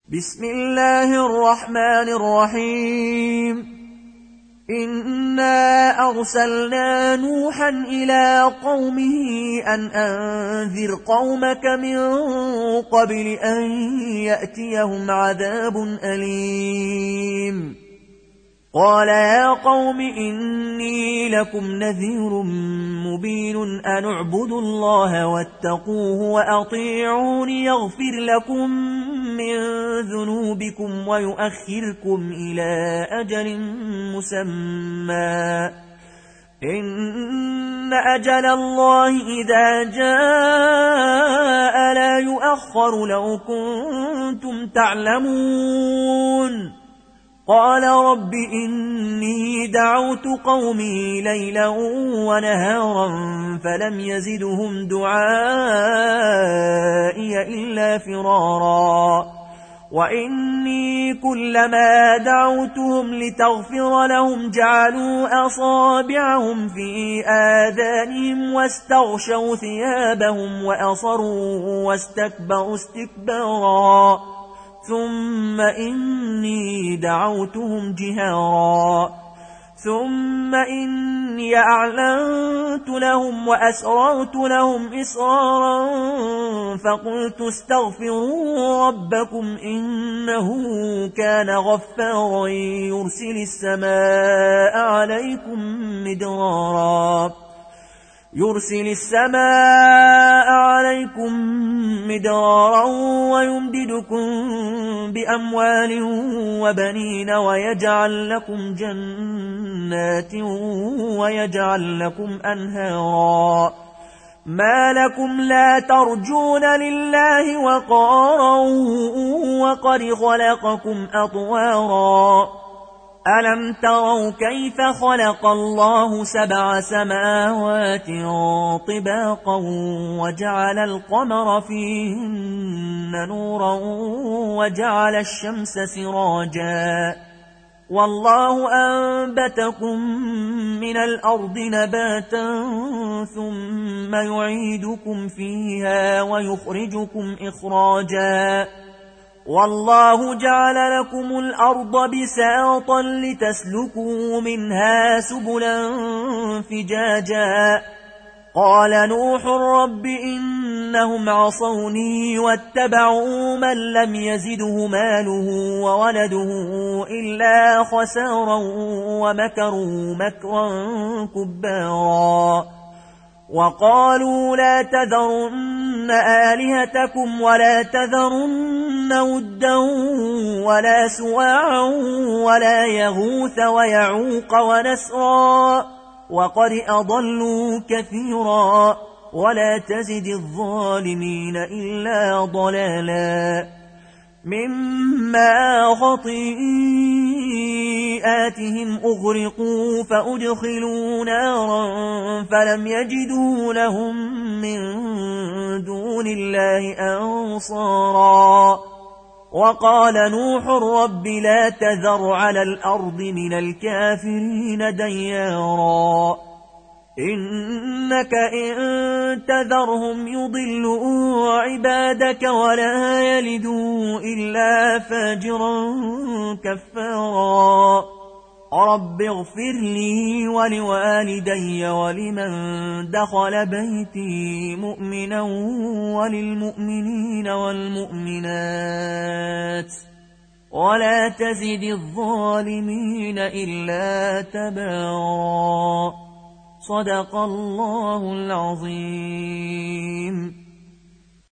بسم الله الرحمن الرحيم. إنا أرسلنا نوحا إلى قومه أن أنذر قومك من قبل أن يأتيهم عذاب أليم. قال يا قوم إني لكم نذير مبين أن اعبدوا الله واتقوه وأطيعون يغفر لكم من ذنوبكم ويؤخركم إلى أجل مسمى إن أجل الله إذا جاء لا يؤخر لو كنتم تعلمون. قال رب إني دعوت قومي ليلا ونهارا فلم يزدهم دعائي إلا فرارا وإني كلما دعوتهم لتغفر لهم جعلوا أصابعهم في آذانهم واستغشوا ثيابهم وأصروا واستكبروا استكبارا ثم إني دعوتهم جهارا ثم إني أعلنت لهم وأسررت لهم إسرارا فقلت استغفروا ربكم إنه كان غفارا يرسل السماء عليكم مدرارا ويمددكم بأموال وبنين ويجعل لكم جنات ويجعل لكم أنهارا. ما لكم لا ترجون لله وقارا وقد خلقكم أطوارا. ألم تروا كيف خلق الله 7 سماوات طباقا وجعل القمر فيهن نورا وجعل الشمس سراجا والله أنبتكم من الأرض نباتا ثم يعيدكم فيها ويخرجكم إخراجا والله جعل لكم الأرض بساطا لتسلكوا منها سبلا فجاجا. قال نوح رب إنهم عصوني واتبعوا من لم يزده ماله وولده إلا خسارا ومكروا مكرا كبارا. وقالوا لا تذرن آلهتكم ولا تذرن ودا ولا سواعا ولا يغوث ويعوق ونسرا وقد أضلوا كثيرا ولا تزد الظالمين إلا ضلالا. مما خطيئاتهم أغرقوا فأدخلوا نارا فلم يجدوا لهم من دون الله أنصارا. وقال نوح رب لا تذر على الأرض من الكافرين ديارا إنك إن تذرهم يضلوا عبادك ولا يلدوا إلا فاجرا كفارا. رب اغفر لي ولوالدي ولمن دخل بيتي مؤمنا وللمؤمنين والمؤمنات ولا تزد الظالمين إلا تبارا. صدق الله العظيم.